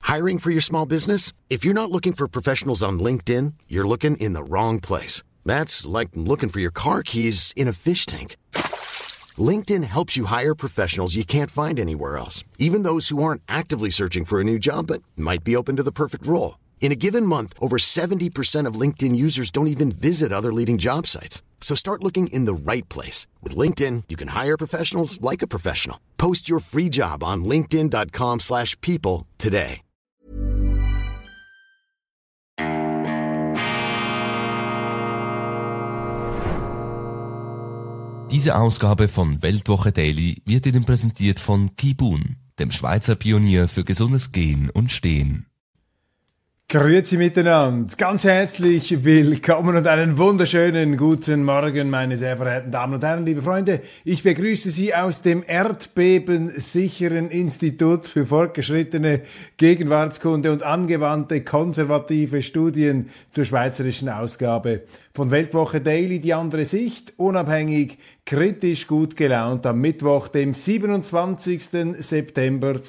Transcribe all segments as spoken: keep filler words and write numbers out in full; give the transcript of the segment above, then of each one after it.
Hiring for your small business? If you're not looking for professionals on LinkedIn, you're looking in the wrong place. That's like looking for your car keys in a fish tank. LinkedIn helps you hire professionals you can't find anywhere else, even those who aren't actively searching for a new job but might be open to the perfect role. In a given month, over seventy percent of LinkedIn users don't even visit other leading job sites. So start looking in the right place. With LinkedIn, you can hire professionals like a professional. Post your free job on linkedin dot com slash people today. Diese Ausgabe von Weltwoche Daily wird Ihnen präsentiert von Kibun, dem Schweizer Pionier für gesundes Gehen und Stehen. Grüezi miteinander, ganz herzlich willkommen und einen wunderschönen guten Morgen, meine sehr verehrten Damen und Herren, liebe Freunde. Ich begrüße Sie aus dem erdbebensicheren Institut für fortgeschrittene Gegenwartskunde und angewandte konservative Studien zur schweizerischen Ausgabe von Weltwoche Daily, die andere Sicht, unabhängig, kritisch, gut gelaunt, am Mittwoch, dem siebenundzwanzigsten September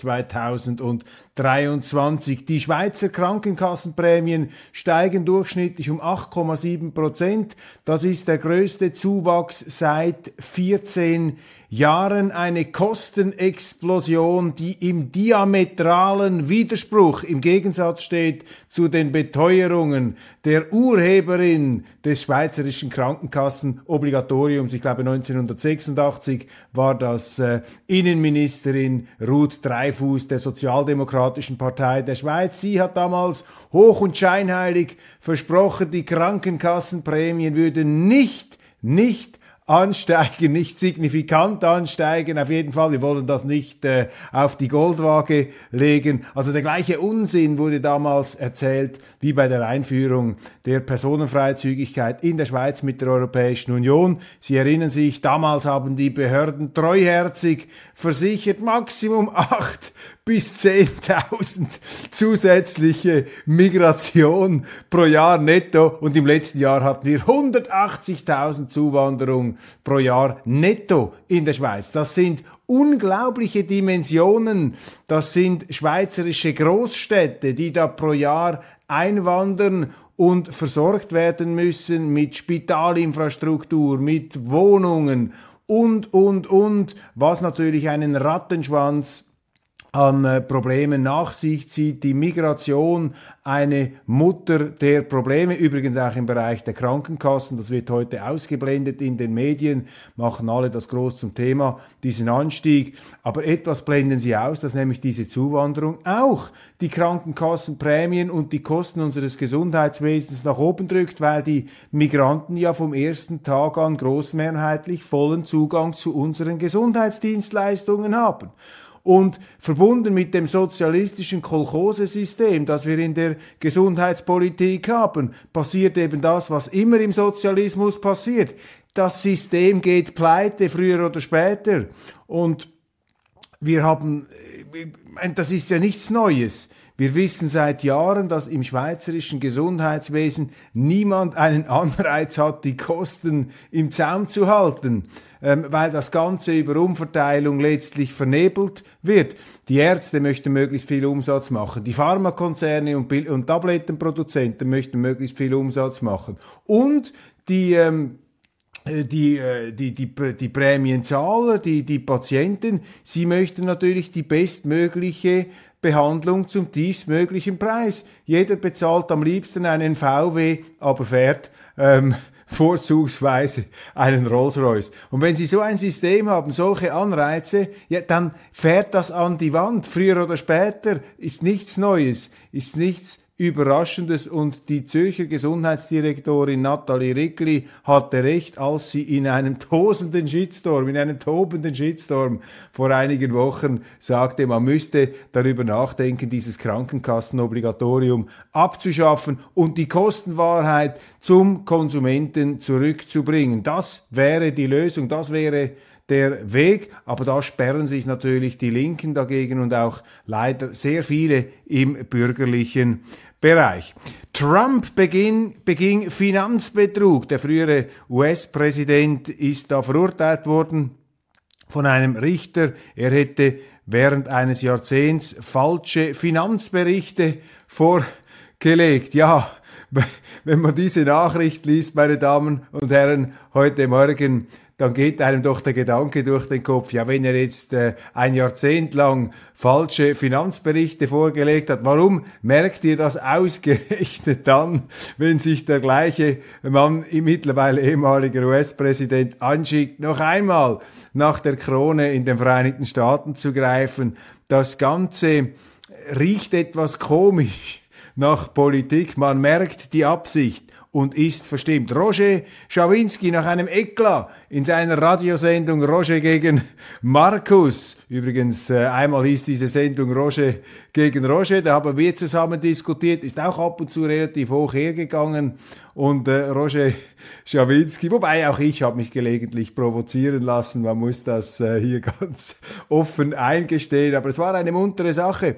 zweitausenddreiundzwanzig. Die Schweizer Krankenkassenprämien steigen durchschnittlich um acht Komma sieben Prozent. Das ist der größte Zuwachs seit vierzehn Jahren, eine Kostenexplosion, die im diametralen Widerspruch, im Gegensatz steht zu den Beteuerungen der Urheberin des schweizerischen Krankenkassenobligatoriums. Ich glaube neunzehnhundertsechsundachtzig war das äh, Innenministerin Ruth Dreifuss der Sozialdemokratischen Partei der Schweiz. Sie hat damals hoch und scheinheilig versprochen, die Krankenkassenprämien würden nicht, nicht ansteigen, nicht signifikant ansteigen, auf jeden Fall, wir wollen das nicht äh, auf die Goldwaage legen. Also der gleiche Unsinn wurde damals erzählt wie bei der Einführung der Personenfreizügigkeit in der Schweiz mit der Europäischen Union. Sie erinnern sich, damals haben die Behörden treuherzig versichert, Maximum acht bis zehntausend zusätzliche Migration pro Jahr netto, und im letzten Jahr hatten wir hundertachtzigtausend Zuwanderung pro Jahr netto in der Schweiz. Das sind unglaubliche Dimensionen. Das sind schweizerische Großstädte, die da pro Jahr einwandern und versorgt werden müssen mit Spitalinfrastruktur, mit Wohnungen und, und, und, was natürlich einen Rattenschwanz an äh, Problemen nach sich zieht. Die Migration, eine Mutter der Probleme, übrigens auch im Bereich der Krankenkassen, das wird heute ausgeblendet in den Medien, machen alle das groß zum Thema, diesen Anstieg, aber etwas blenden sie aus, dass nämlich diese Zuwanderung auch die Krankenkassenprämien und die Kosten unseres Gesundheitswesens nach oben drückt, weil die Migranten ja vom ersten Tag an großmehrheitlich vollen Zugang zu unseren Gesundheitsdienstleistungen haben. Und verbunden mit dem sozialistischen Kolchosesystem, das wir in der Gesundheitspolitik haben, passiert eben das, was immer im Sozialismus passiert. Das System geht pleite, früher oder später. Und wir haben, das ist ja nichts Neues. Wir wissen seit Jahren, dass im schweizerischen Gesundheitswesen niemand einen Anreiz hat, die Kosten im Zaum zu halten, ähm, weil das Ganze über Umverteilung letztlich vernebelt wird. Die Ärzte möchten möglichst viel Umsatz machen, die Pharmakonzerne und, und Tablettenproduzenten möchten möglichst viel Umsatz machen und die ähm, Die, die, die, die Prämienzahler, die, die Patienten, sie möchten natürlich die bestmögliche Behandlung zum tiefstmöglichen Preis. Jeder bezahlt am liebsten einen V W, aber fährt ähm, vorzugsweise einen Rolls-Royce. Und wenn Sie so ein System haben, solche Anreize, ja, dann fährt das an die Wand. Früher oder später ist nichts Neues, ist nichts Überraschendes, und die Zürcher Gesundheitsdirektorin Nathalie Rickli hatte recht, als sie in einem tosenden Shitstorm, in einem tobenden Shitstorm vor einigen Wochen sagte, man müsste darüber nachdenken, dieses Krankenkassenobligatorium abzuschaffen und die Kostenwahrheit zum Konsumenten zurückzubringen. Das wäre die Lösung, das wäre der Weg, aber da sperren sich natürlich die Linken dagegen und auch leider sehr viele im bürgerlichen Bereich. Trump beging, beging Finanzbetrug. Der frühere U S-Präsident ist da verurteilt worden von einem Richter. Er hätte während eines Jahrzehnts falsche Finanzberichte vorgelegt. Ja, wenn man diese Nachricht liest, meine Damen und Herren, heute Morgen, dann geht einem doch der Gedanke durch den Kopf, ja, wenn er jetzt äh, ein Jahrzehnt lang falsche Finanzberichte vorgelegt hat, warum merkt ihr das ausgerechnet dann, wenn sich der gleiche Mann, mittlerweile ehemaliger U S-Präsident, anschickt, noch einmal nach der Krone in den Vereinigten Staaten zu greifen? Das Ganze riecht etwas komisch nach Politik, man merkt die Absicht und ist verstimmt. Roger Schawinski nach einem Eklat in seiner Radiosendung Roger gegen Markus. Übrigens, äh, einmal hieß diese Sendung Roger gegen Roger, da haben wir zusammen diskutiert, ist auch ab und zu relativ hoch hergegangen. Und äh, Roger Schawinski, wobei auch ich habe mich gelegentlich provozieren lassen, man muss das äh, hier ganz offen eingestehen, aber es war eine muntere Sache.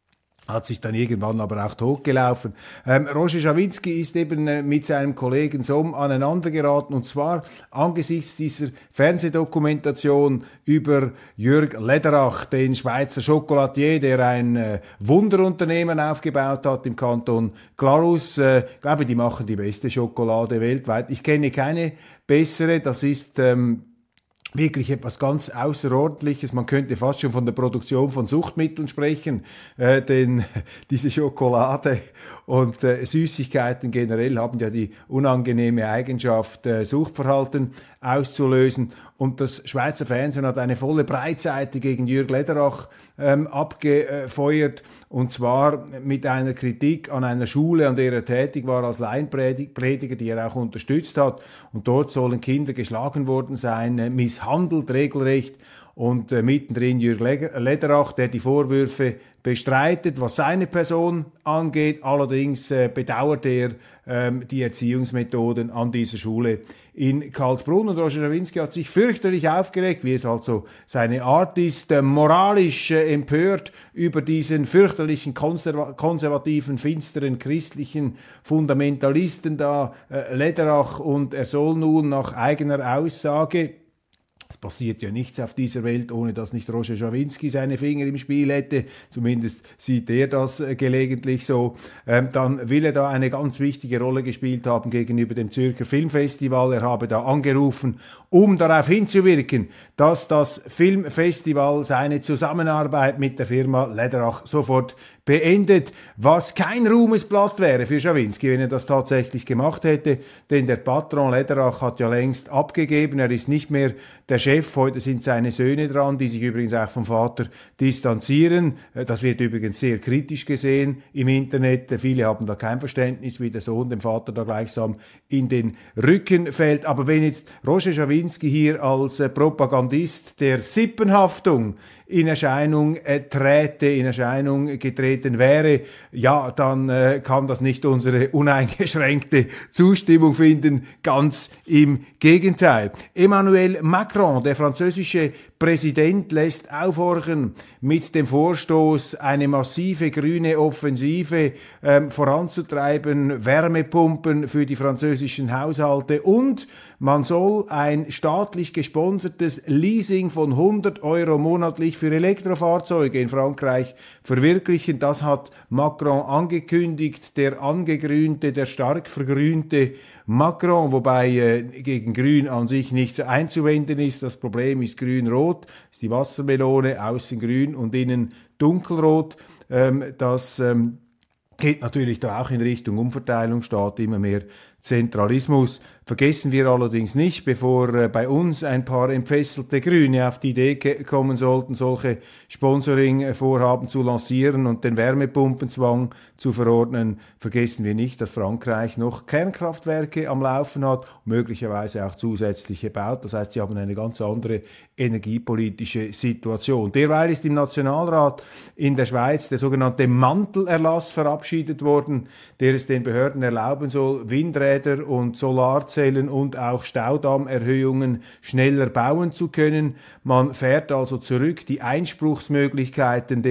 Hat sich dann irgendwann aber auch totgelaufen. Ähm, Roger Schawinski ist eben äh, mit seinem Kollegen Somm aneinandergeraten, und zwar angesichts dieser Fernsehdokumentation über Jürg Lederach, den Schweizer Chocolatier, der ein äh, Wunderunternehmen aufgebaut hat im Kanton Glarus. Äh, ich glaube, die machen die beste Schokolade weltweit. Ich kenne keine bessere. Das ist ähm, wirklich etwas ganz Außerordentliches. Man könnte fast schon von der Produktion von Suchtmitteln sprechen, äh, denn diese Schokolade und äh, Süßigkeiten generell haben ja die unangenehme Eigenschaft, äh, Suchtverhalten auszulösen. Und das Schweizer Fernsehen hat eine volle Breitseite gegen Jürg Lederach ähm, abgefeuert, und zwar mit einer Kritik an einer Schule, an der er tätig war als Laienprediger, die er auch unterstützt hat. Und dort sollen Kinder geschlagen worden sein, äh, misshandelt regelrecht. Und äh, mittendrin Jürg Lederach, der die Vorwürfe bestreitet, was seine Person angeht. Allerdings äh, bedauert er ähm, die Erziehungsmethoden an dieser Schule in Kaltbrunn. Und Roger Schawinski hat sich fürchterlich aufgeregt, wie es also seine Art ist, äh, moralisch äh, empört über diesen fürchterlichen, konserva- konservativen, finsteren, christlichen Fundamentalisten da, äh, Lederach, und er soll nun nach eigener Aussage, es passiert ja nichts auf dieser Welt, ohne dass nicht Roger Schawinski seine Finger im Spiel hätte. Zumindest sieht er das äh, gelegentlich so. Ähm, dann will er da eine ganz wichtige Rolle gespielt haben gegenüber dem Zürcher Filmfestival. Er habe da angerufen, um darauf hinzuwirken, dass das Filmfestival seine Zusammenarbeit mit der Firma Lederach sofort beendet, was kein Ruhmesblatt wäre für Schawinski, wenn er das tatsächlich gemacht hätte, denn der Patron Lederach hat ja längst abgegeben, er ist nicht mehr der Chef, heute sind seine Söhne dran, die sich übrigens auch vom Vater distanzieren. Das wird übrigens sehr kritisch gesehen im Internet, viele haben da kein Verständnis, wie der Sohn dem Vater da gleichsam in den Rücken fällt. Aber wenn jetzt Roger Schawinski hier als Propagandist der Sippenhaftung in Erscheinung äh, träte, in Erscheinung getreten wäre, ja, dann äh, kann das nicht unsere uneingeschränkte Zustimmung finden. Ganz im Gegenteil. Emmanuel Macron, der französische Präsident, lässt aufhorchen mit dem Vorstoß, eine massive grüne Offensive ähm, voranzutreiben, Wärmepumpen für die französischen Haushalte, und man soll ein staatlich gesponsertes Leasing von hundert Euro monatlich für Elektrofahrzeuge in Frankreich verwirklichen. Das hat Macron angekündigt, der angegrünte, der stark vergrünte Macron, wobei äh, gegen Grün an sich nichts einzuwenden ist. Das Problem ist grün-rot, ist die Wassermelone, außen grün und innen dunkelrot. Ähm, das ähm, geht natürlich da auch in Richtung Umverteilungsstaat, immer mehr Zentralismus. Vergessen wir allerdings nicht, bevor äh, bei uns ein paar entfesselte Grüne auf die Idee ke- kommen sollten, solche Sponsoring-Vorhaben zu lancieren und den Wärmepumpenzwang zu verordnen, vergessen wir nicht, dass Frankreich noch Kernkraftwerke am Laufen hat, möglicherweise auch zusätzliche baut. Das heißt, sie haben eine ganz andere energiepolitische Situation. Derweil ist im Nationalrat in der Schweiz der sogenannte Mantelerlass verabschiedet worden, der es den Behörden erlauben soll, Windräder und Solarzellen und auch Staudammerhöhungen schneller bauen zu können. Man fährt also zurück die Einspruchsmöglichkeiten der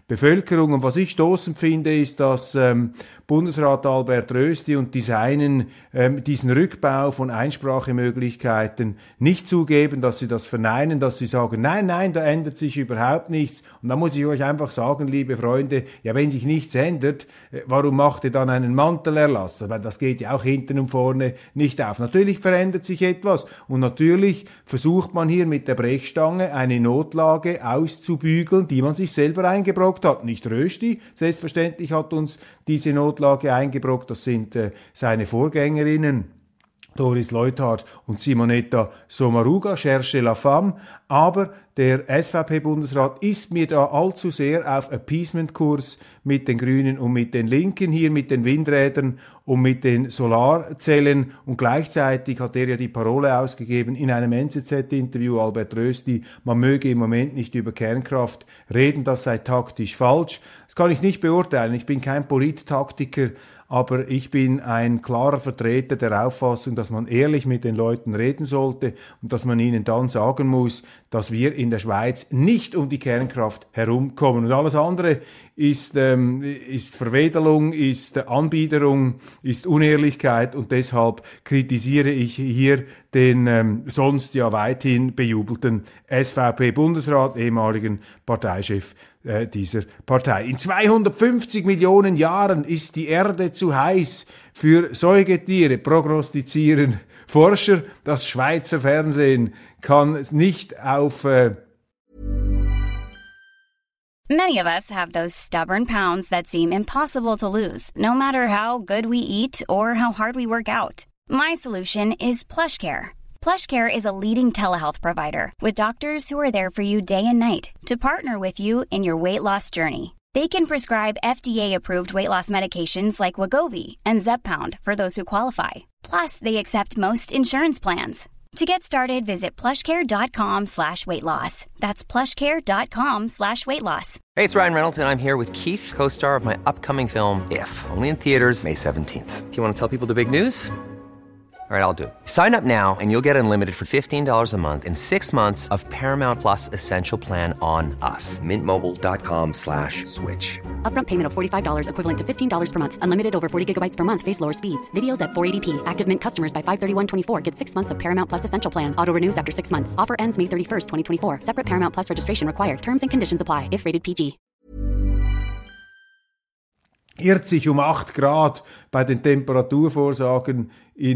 Bevölkerung. Und was ich stoßend finde, ist, dass ähm, Bundesrat Albert Rösti und die Seinen ähm, diesen Rückbau von Einsprachemöglichkeiten nicht zugeben, dass sie das verneinen, dass sie sagen, nein, nein, da ändert sich überhaupt nichts. Und da muss ich euch einfach sagen, liebe Freunde, ja, wenn sich nichts ändert, äh, warum macht ihr dann einen Mantelerlass? Weil das geht ja auch hinten und vorne nicht auf. Natürlich verändert sich etwas und natürlich versucht man hier mit der Brechstange eine Notlage auszubügeln, die man sich selber eingebrockt hat. Nicht Rösti, selbstverständlich hat uns diese Notlage eingebrockt, das sind äh, seine Vorgängerinnen Doris Leuthard und Simonetta Sommaruga, cherche la femme, aber der S V P-Bundesrat ist mir da allzu sehr auf Appeasement-Kurs mit den Grünen und mit den Linken, hier mit den Windrädern und mit den Solarzellen, und gleichzeitig hat er ja die Parole ausgegeben in einem N Z Z-Interview, Albert Rösti, man möge im Moment nicht über Kernkraft reden, das sei taktisch falsch. Das kann ich nicht beurteilen, ich bin kein Polit-Taktiker, aber ich bin ein klarer Vertreter der Auffassung, dass man ehrlich mit den Leuten reden sollte und dass man ihnen dann sagen muss, dass wir in der Schweiz nicht um die Kernkraft herumkommen. Und alles andere ist, ähm, ist Verwedelung, ist Anbiederung, ist Unehrlichkeit, und deshalb kritisiere ich hier den ähm, sonst ja weithin bejubelten S V P-Bundesrat, ehemaligen Parteichef äh, dieser Partei. In zweihundertfünfzig Millionen Jahren ist die Erde zu heiß für Säugetiere, prognostizieren Forscher. Das Schweizer Fernsehen kann es nicht auf äh Many of us have those stubborn pounds that seem impossible to lose, no matter how good we eat or how hard we work out. My solution is PlushCare. PlushCare is a leading telehealth provider with doctors who are there for you day and night to partner with you in your weight loss journey. They can prescribe F D A-approved weight loss medications like Wegovy and Zepbound for those who qualify. Plus, they accept most insurance plans. To get started, visit plushcare.com slash weight loss. That's plushcare.com slash weight loss. Hey, it's Ryan Reynolds, and I'm here with Keith, co-star of my upcoming film, If, only in theaters May seventeenth. Do you want to tell people the big news? All right, I'll do it. Sign up now and you'll get unlimited for fifteen dollars a month and six months of Paramount Plus Essential Plan on us. Mint Mobile dot com slash switch. Upfront payment of forty-five dollars equivalent to fifteen dollars per month. Unlimited over forty gigabytes per month. Face lower speeds. Videos at four eighty p. Active Mint customers by five thirty-one twenty-four get six months of Paramount Plus Essential Plan. Auto renews after six months. Offer ends May thirty-first, twenty twenty-four. Separate Paramount Plus registration required. Terms and conditions apply if rated P G. Irrt sich um acht Grad bei den Temperaturvorsagen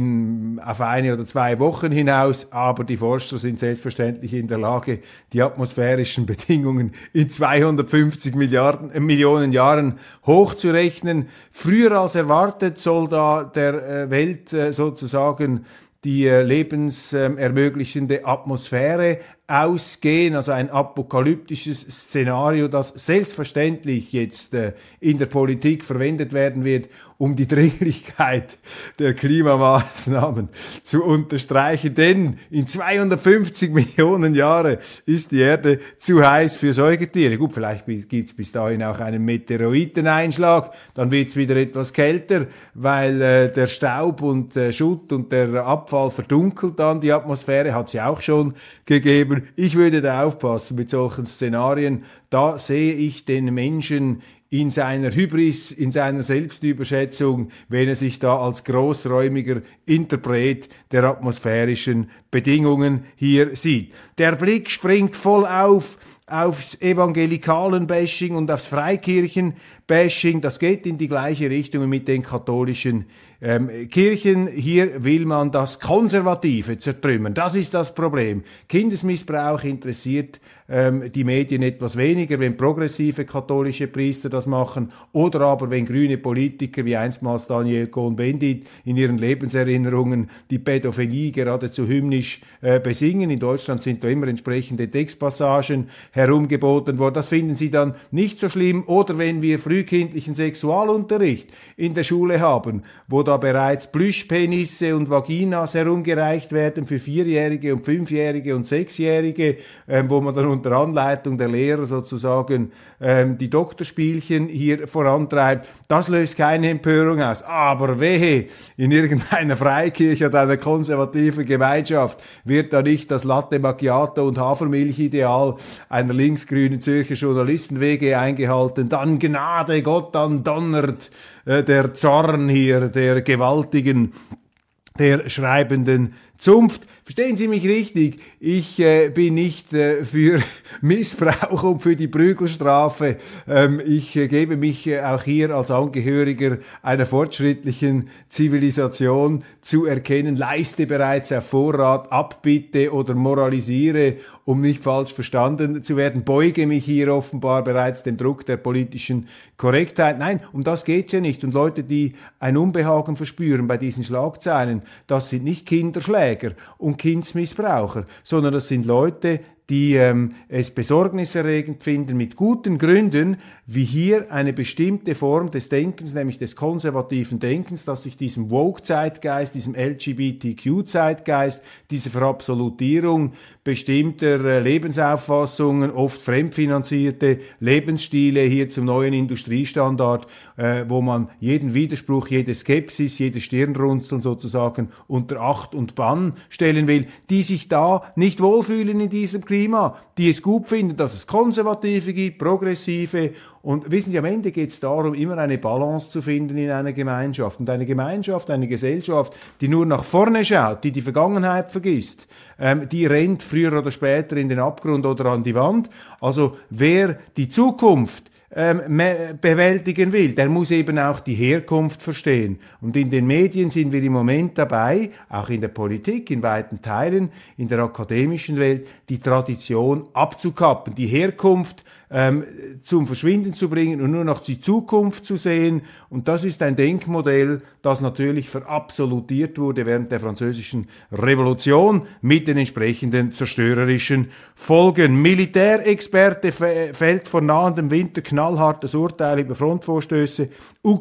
in, auf eine oder zwei Wochen hinaus, aber die Forscher sind selbstverständlich in der Lage, die atmosphärischen Bedingungen in zweihundertfünfzig Milliarden, äh, Millionen Jahren hochzurechnen. Früher als erwartet soll da der äh, Welt äh, sozusagen die äh, lebensermöglichende Atmosphäre ausgehen, also ein apokalyptisches Szenario, das selbstverständlich jetzt äh, in der Politik verwendet werden wird, um die Dringlichkeit der Klimamaßnahmen zu unterstreichen. Denn in zweihundertfünfzig Millionen Jahre ist die Erde zu heiß für Säugetiere. Gut, vielleicht gibt es bis dahin auch einen Meteoriteneinschlag, dann wird es wieder etwas kälter, weil äh, der Staub und äh, Schutt und der Abfall verdunkelt dann die Atmosphäre, hat es ja auch schon gegeben. Ich würde da aufpassen mit solchen Szenarien. Da sehe ich den Menschen in seiner Hybris, in seiner Selbstüberschätzung, wenn er sich da als großräumiger Interpret der atmosphärischen Bedingungen hier sieht. Der Blick springt voll auf aufs Evangelikalen-Bashing und aufs Freikirchen-Bashing. Das geht in die gleiche Richtung mit den katholischen ähm, Kirchen. Hier will man das Konservative zertrümmern. Das ist das Problem. Kindesmissbrauch interessiert ähm, die Medien etwas weniger, wenn progressive katholische Priester das machen, oder aber wenn grüne Politiker wie einstmals Daniel Cohn-Bendit in ihren Lebenserinnerungen die Pädophilie geradezu hymnisch äh, besingen. In Deutschland sind da immer entsprechende Textpassagen herumgeboten worden. Das finden sie dann nicht so schlimm. Oder wenn wir frühkindlichen Sexualunterricht in der Schule haben, wo da bereits Plüschpenisse und Vaginas herumgereicht werden für Vierjährige und Fünfjährige und Sechsjährige, ähm, wo man dann unter Anleitung der Lehrer sozusagen ähm, die Doktorspielchen hier vorantreibt. Das löst keine Empörung aus. Aber wehe, in irgendeiner Freikirche oder einer konservativen Gemeinschaft wird da nicht das Latte Macchiato und Hafermilch-Ideal einer einer linksgrünen Zürcher Journalisten-W G eingehalten. Dann Gnade Gott, dann donnert äh, der Zorn hier der gewaltigen, der schreibenden Zunft. Verstehen Sie mich richtig, ich äh, bin nicht äh, für Missbrauch und für die Prügelstrafe. Ähm, ich äh, gebe mich äh, auch hier als Angehöriger einer fortschrittlichen Zivilisation zu erkennen, leiste bereits auf Vorrat Abbitte oder moralisiere, um nicht falsch verstanden zu werden, beuge mich hier offenbar bereits dem Druck der politischen Korrektheit. Nein, um das geht's ja nicht. Und Leute, die ein Unbehagen verspüren bei diesen Schlagzeilen, das sind nicht Kinderschläger und Kindsmissbraucher, sondern das sind Leute, die ähm, es besorgniserregend finden, mit guten Gründen, wie hier eine bestimmte Form des Denkens, nämlich des konservativen Denkens, das sich diesem Woke-Zeitgeist, diesem L G B T Q-Zeitgeist, dieser Verabsolutierung bestimmter äh, Lebensauffassungen, oft fremdfinanzierte Lebensstile hier zum neuen Industriestandard, äh, wo man jeden Widerspruch, jede Skepsis, jede Stirnrunzeln sozusagen unter Acht und Bann stellen will, die sich da nicht wohlfühlen in diesem Klima, die es gut finden, dass es Konservative gibt, Progressive. Und wissen Sie, am Ende geht es darum, immer eine Balance zu finden in einer Gemeinschaft. Und eine Gemeinschaft, eine Gesellschaft, die nur nach vorne schaut, die die Vergangenheit vergisst, ähm, die rennt früher oder später in den Abgrund oder an die Wand. Also wer die Zukunft ähm, bewältigen will, der muss eben auch die Herkunft verstehen. Und in den Medien sind wir im Moment dabei, auch in der Politik, in weiten Teilen, in der akademischen Welt, die Tradition abzukappen, die Herkunft ähm, zum Verschwinden zu bringen und nur noch die Zukunft zu sehen. Und das ist ein Denkmodell, das natürlich verabsolutiert wurde während der Französischen Revolution mit den entsprechenden zerstörerischen Folgen. Militärexperte fällt vor nahendem Winter knallhartes Urteil über Frontvorstöße.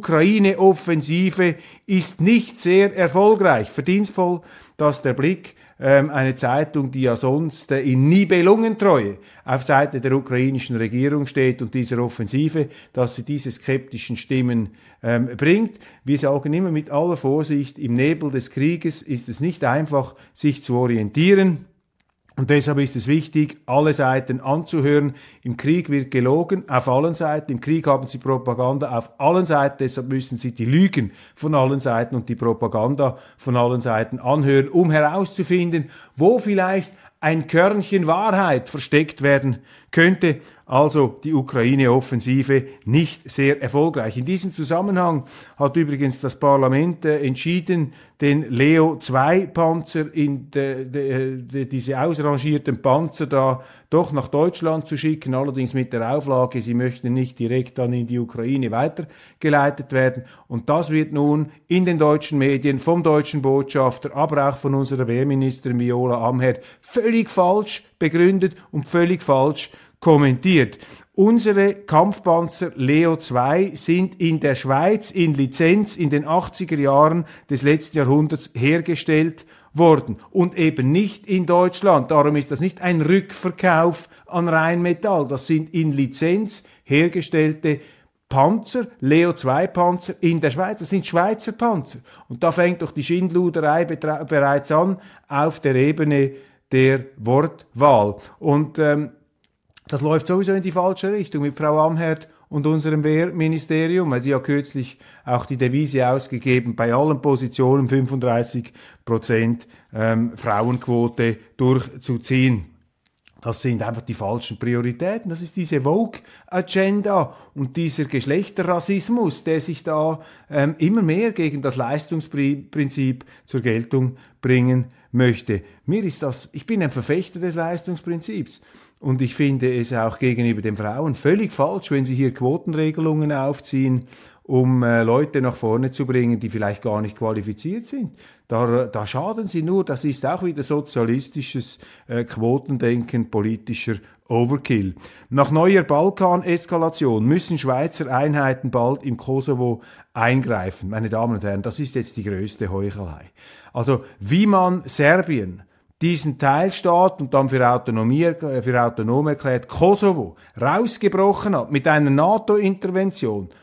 Ukraine-Offensive ist nicht sehr erfolgreich. Verdienstvoll, dass der Blick, ähm, eine Zeitung, die ja sonst äh, in Nibelungentreue auf Seite der ukrainischen Regierung steht und dieser Offensive, dass sie diese skeptischen Stimmen ähm, bringt. Wir sagen immer mit aller Vorsicht, im Nebel des Krieges ist es nicht einfach, sich zu orientieren. Und deshalb ist es wichtig, alle Seiten anzuhören. Im Krieg wird gelogen, auf allen Seiten. Im Krieg haben sie Propaganda auf allen Seiten. Deshalb müssen sie die Lügen von allen Seiten und die Propaganda von allen Seiten anhören, um herauszufinden, wo vielleicht ein Körnchen Wahrheit versteckt werden könnte. Also die Ukraine-Offensive nicht sehr erfolgreich. In diesem Zusammenhang hat übrigens das Parlament äh, entschieden, den Leo zwei Panzer, in de, de, de, diese ausrangierten Panzer da doch nach Deutschland zu schicken, allerdings mit der Auflage, sie möchten nicht direkt dann in die Ukraine weitergeleitet werden. Und das wird nun in den deutschen Medien vom deutschen Botschafter, aber auch von unserer Wehrministerin Viola Amherd völlig falsch begründet und völlig falsch kommentiert. Unsere Kampfpanzer Leo zwei sind in der Schweiz in Lizenz in den achtziger Jahren des letzten Jahrhunderts hergestellt worden und eben nicht in Deutschland. Darum ist das nicht ein Rückverkauf an Rheinmetall. Das sind in Lizenz hergestellte Panzer, Leo zwei Panzer in der Schweiz. Das sind Schweizer Panzer. Und da fängt doch die Schindluderei bereits an auf der Ebene der Wortwahl. Und ähm, das läuft sowieso in die falsche Richtung mit Frau Amherd und unserem Wehrministerium, weil sie ja kürzlich auch die Devise ausgegeben, bei allen Positionen fünfunddreißig Prozent ähm, Frauenquote durchzuziehen. Das sind einfach die falschen Prioritäten. Das ist diese Vogue-Agenda und dieser Geschlechterrassismus, der sich da ähm, immer mehr gegen das Leistungsprinzip zur Geltung bringen möchte. Mir ist das, ich bin ein Verfechter des Leistungsprinzips. Und ich finde es auch gegenüber den Frauen völlig falsch, wenn sie hier Quotenregelungen aufziehen, um äh, Leute nach vorne zu bringen, die vielleicht gar nicht qualifiziert sind. Da, da schaden sie nur, das ist auch wieder sozialistisches äh, Quotendenken, politischer Overkill. Nach neuer Balkan-Eskalation müssen Schweizer Einheiten bald im Kosovo eingreifen. Meine Damen und Herren, das ist jetzt die größte Heuchelei. Also wie man Serbien, diesen Teilstaat und dann für, Autonomie, für autonom erklärt Kosovo rausgebrochen hat mit einer NATO-Intervention,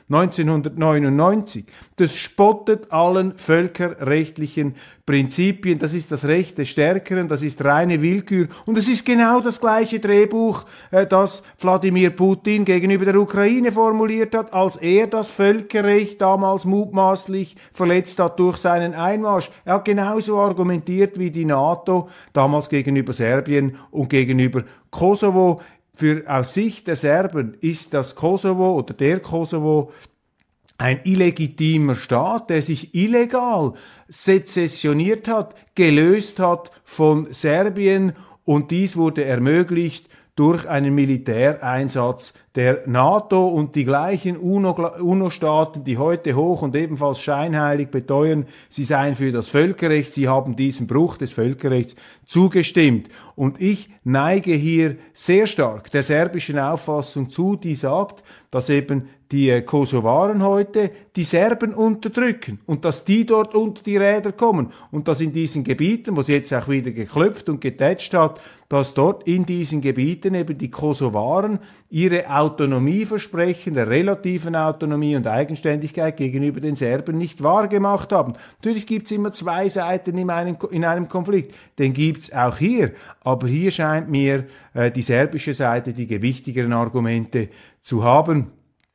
neunzehnhundertneunundneunzig. Das spottet allen völkerrechtlichen Prinzipien. Das ist das Recht des Stärkeren, das ist reine Willkür. Und es ist genau das gleiche Drehbuch, äh, das Wladimir Putin gegenüber der Ukraine formuliert hat, als er das Völkerrecht damals mutmaßlich verletzt hat durch seinen Einmarsch. Er hat genauso argumentiert wie die NATO, damals gegenüber Serbien und gegenüber Kosovo. Für, aus Sicht der Serben ist das Kosovo oder der Kosovo ein illegitimer Staat, der sich illegal sezessioniert hat, gelöst hat von Serbien, und dies wurde ermöglicht durch einen Militäreinsatz der NATO, und die gleichen UNO-Staaten, die heute hoch und ebenfalls scheinheilig beteuern, sie seien für das Völkerrecht, sie haben diesem Bruch des Völkerrechts zugestimmt. Und ich neige hier sehr stark der serbischen Auffassung zu, die sagt, dass eben die äh, Kosovaren heute die Serben unterdrücken und dass die dort unter die Räder kommen und dass in diesen Gebieten, wo es jetzt auch wieder geklopft und getätscht hat, dass dort in diesen Gebieten eben die Kosovaren ihre Autonomieversprechen der relativen Autonomie und Eigenständigkeit gegenüber den Serben nicht wahrgemacht haben. Natürlich gibt es immer zwei Seiten in einem, in einem Konflikt, den gibt es auch hier, aber hier scheint mir äh, die serbische Seite die gewichtigeren Argumente zu haben.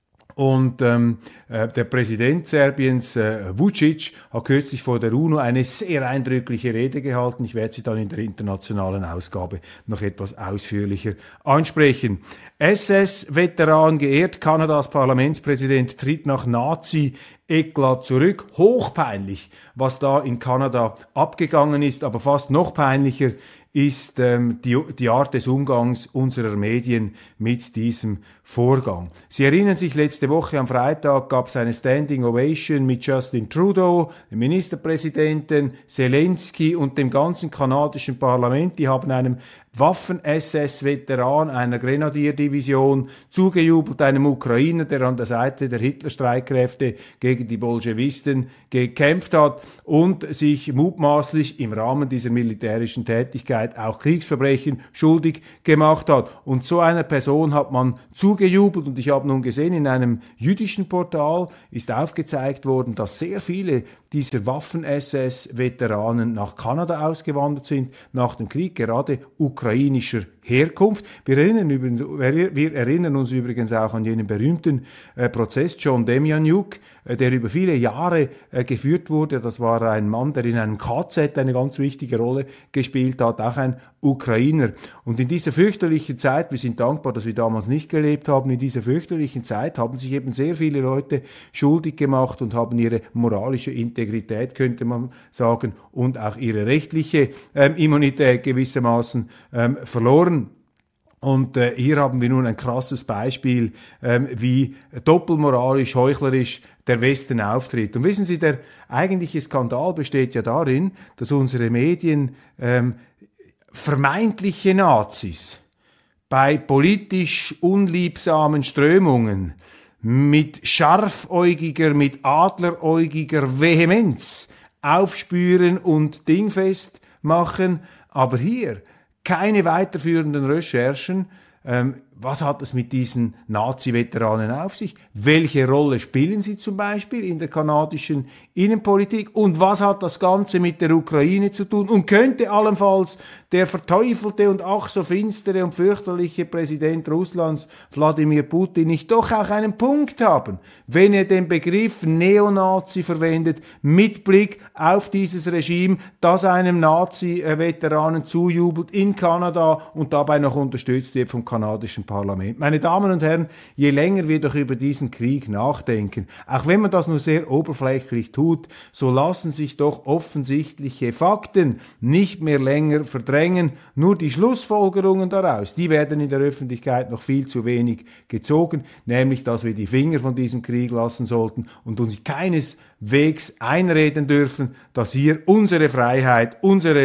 Und ähm, äh, der Präsident Serbiens, äh, Vučić, hat kürzlich vor der UNO eine sehr eindrückliche Rede gehalten. Ich werde sie dann in der internationalen Ausgabe noch etwas ausführlicher ansprechen. S S-Veteran geehrt, Kanadas Parlamentspräsident tritt nach Nazi-Eklat zurück. Hochpeinlich, was da in Kanada abgegangen ist, aber fast noch peinlicher ist ähm, die, die Art des Umgangs unserer Medien mit diesem Vorgang. Sie erinnern sich, letzte Woche am Freitag gab es eine Standing Ovation mit Justin Trudeau, dem Ministerpräsidenten, Zelensky und dem ganzen kanadischen Parlament. Die haben einem Waffen-S S-Veteran einer Grenadierdivision zugejubelt, einem Ukrainer, der an der Seite der Hitlerstreitkräfte gegen die Bolschewisten gekämpft hat und sich mutmaßlich im Rahmen dieser militärischen Tätigkeit auch Kriegsverbrechen schuldig gemacht hat. Und so einer Person hat man zugejubelt, und ich habe nun gesehen, in einem jüdischen Portal ist aufgezeigt worden, dass sehr viele dieser Waffen-S S-Veteranen nach Kanada ausgewandert sind, nach dem Krieg, gerade ukrainischer Herkunft. Wir erinnern, übrigens, wir erinnern uns übrigens auch an jenen berühmten äh, Prozess John Demjanjuk, äh, der über viele Jahre äh, geführt wurde. Das war ein Mann, der in einem K Z eine ganz wichtige Rolle gespielt hat, auch ein Ukrainer. Und in dieser fürchterlichen Zeit, wir sind dankbar, dass wir damals nicht gelebt haben, in dieser fürchterlichen Zeit haben sich eben sehr viele Leute schuldig gemacht und haben ihre moralische Integrität, könnte man sagen, und auch ihre rechtliche ähm, Immunität gewissermaßen ähm, verloren. Und äh, hier haben wir nun ein krasses Beispiel, ähm, wie doppelmoralisch, heuchlerisch der Westen auftritt. Und wissen Sie, der eigentliche Skandal besteht ja darin, dass unsere Medien ähm, vermeintliche Nazis bei politisch unliebsamen Strömungen mit scharfäugiger, mit adleräugiger Vehemenz aufspüren und dingfest machen, aber hier keine weiterführenden Recherchen. Ähm, was hat es mit diesen Nazi-Veteranen auf sich? Welche Rolle spielen sie zum Beispiel in der kanadischen Innenpolitik? Und was hat das Ganze mit der Ukraine zu tun? Und könnte allenfalls der verteufelte und ach so finstere und fürchterliche Präsident Russlands, Wladimir Putin, nicht doch auch einen Punkt haben, wenn er den Begriff Neonazi verwendet, mit Blick auf dieses Regime, das einem Nazi-Veteranen zujubelt in Kanada und dabei noch unterstützt wird vom kanadischen Parlament. Meine Damen und Herren, je länger wir doch über diesen Krieg nachdenken, auch wenn man das nur sehr oberflächlich tut, so lassen sich doch offensichtliche Fakten nicht mehr länger verdrängen. Nur die Schlussfolgerungen daraus, die werden in der Öffentlichkeit noch viel zu wenig gezogen, nämlich, dass wir die Finger von diesem Krieg lassen sollten und uns keineswegs einreden dürfen, dass hier unsere Freiheit, unsere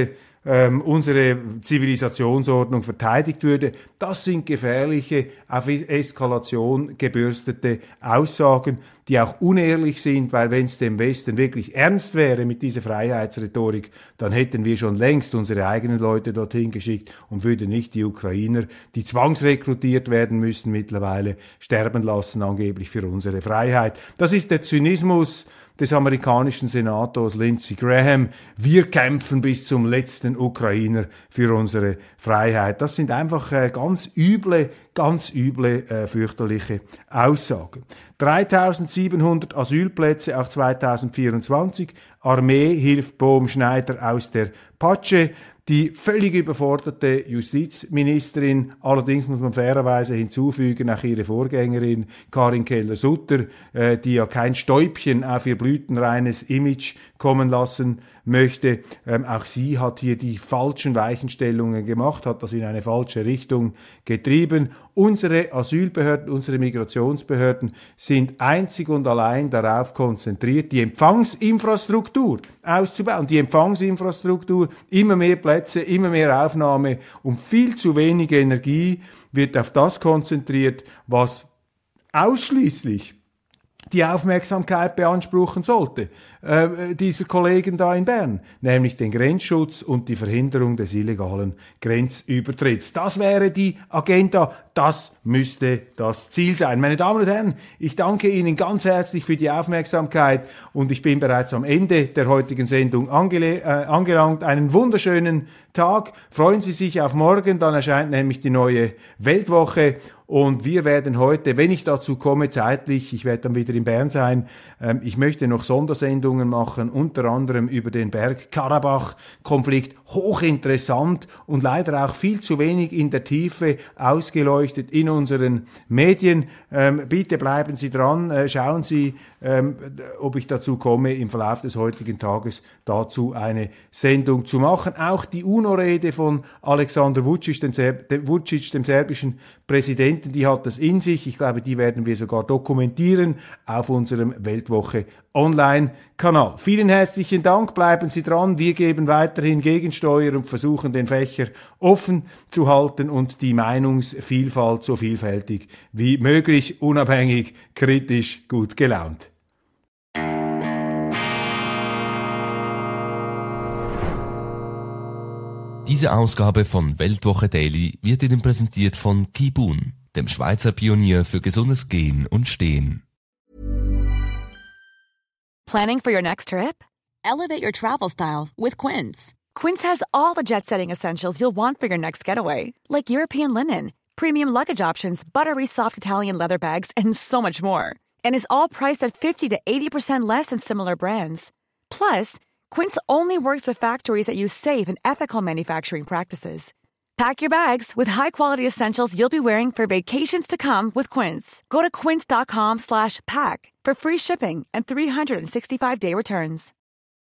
ähm, unsere Zivilisationsordnung verteidigt würde. Das sind gefährliche, auf Eskalation gebürstete Aussagen, die auch unehrlich sind, weil wenn es dem Westen wirklich ernst wäre mit dieser Freiheitsrhetorik, dann hätten wir schon längst unsere eigenen Leute dorthin geschickt und würden nicht die Ukrainer, die zwangsrekrutiert werden müssen mittlerweile, sterben lassen angeblich für unsere Freiheit. Das ist der Zynismus des amerikanischen Senators Lindsey Graham. Wir kämpfen bis zum letzten Ukrainer für unsere Freiheit. Das sind einfach äh, ganz üble, ganz üble, äh, fürchterliche Aussagen. dreitausendsiebenhundert Asylplätze auch zweitausendvierundzwanzig. Armee hilft Bohm Schneider aus der Patsche. Die völlig überforderte Justizministerin, allerdings muss man fairerweise hinzufügen, auch ihre Vorgängerin Karin Keller-Sutter, äh, die ja kein Stäubchen auf ihr blütenreines Image kommen lassen möchte. Ähm, auch sie hat hier die falschen Weichenstellungen gemacht, hat das in eine falsche Richtung getrieben. Unsere Asylbehörden, unsere Migrationsbehörden sind einzig und allein darauf konzentriert, die Empfangsinfrastruktur auszubauen. Die Empfangsinfrastruktur, immer mehr Plätze, immer mehr Aufnahme und viel zu wenig Energie wird auf das konzentriert, was ausschließlich die Aufmerksamkeit beanspruchen sollte, äh, dieser Kollegen da in Bern, nämlich den Grenzschutz und die Verhinderung des illegalen Grenzübertritts. Das wäre die Agenda, das müsste das Ziel sein. Meine Damen und Herren, ich danke Ihnen ganz herzlich für die Aufmerksamkeit und ich bin bereits am Ende der heutigen Sendung angele- äh, angelangt. Einen wunderschönen Tag, freuen Sie sich auf morgen, dann erscheint nämlich die neue Weltwoche. Und wir werden heute, wenn ich dazu komme, zeitlich, ich werde dann wieder in Bern sein, ähm, ich möchte noch Sondersendungen machen, unter anderem über den Bergkarabach-Konflikt, hochinteressant und leider auch viel zu wenig in der Tiefe ausgeleuchtet in unseren Medien. Ähm, bitte bleiben Sie dran, äh, schauen Sie, ähm, ob ich dazu komme, im Verlauf des heutigen Tages dazu eine Sendung zu machen. Auch die UNO-Rede von Alexander Vučić, dem, Serb- dem, Vučić, dem serbischen Präsidenten, die hat das in sich. Ich glaube, die werden wir sogar dokumentieren auf unserem Weltwoche Online-Kanal. Vielen herzlichen Dank, bleiben Sie dran. Wir geben weiterhin Gegensteuer und versuchen, den Fächer offen zu halten und die Meinungsvielfalt so vielfältig wie möglich, unabhängig, kritisch, gut gelaunt. Diese Ausgabe von Weltwoche Daily wird Ihnen präsentiert von Kibun, dem Schweizer Pionier für gesundes Gehen und Stehen. Planning for your next trip? Elevate your travel style with Quince. Quince has all the jet-setting essentials you'll want for your next getaway, like European linen, premium luggage options, buttery soft Italian leather bags, and so much more. And is all priced at fifty to eighty percent less than similar brands. Plus, Quince only works with factories that use safe and ethical manufacturing practices. Pack your bags with high-quality essentials you'll be wearing for vacations to come with Quince. Go to quince.com slash pack for free shipping and three sixty-five day returns.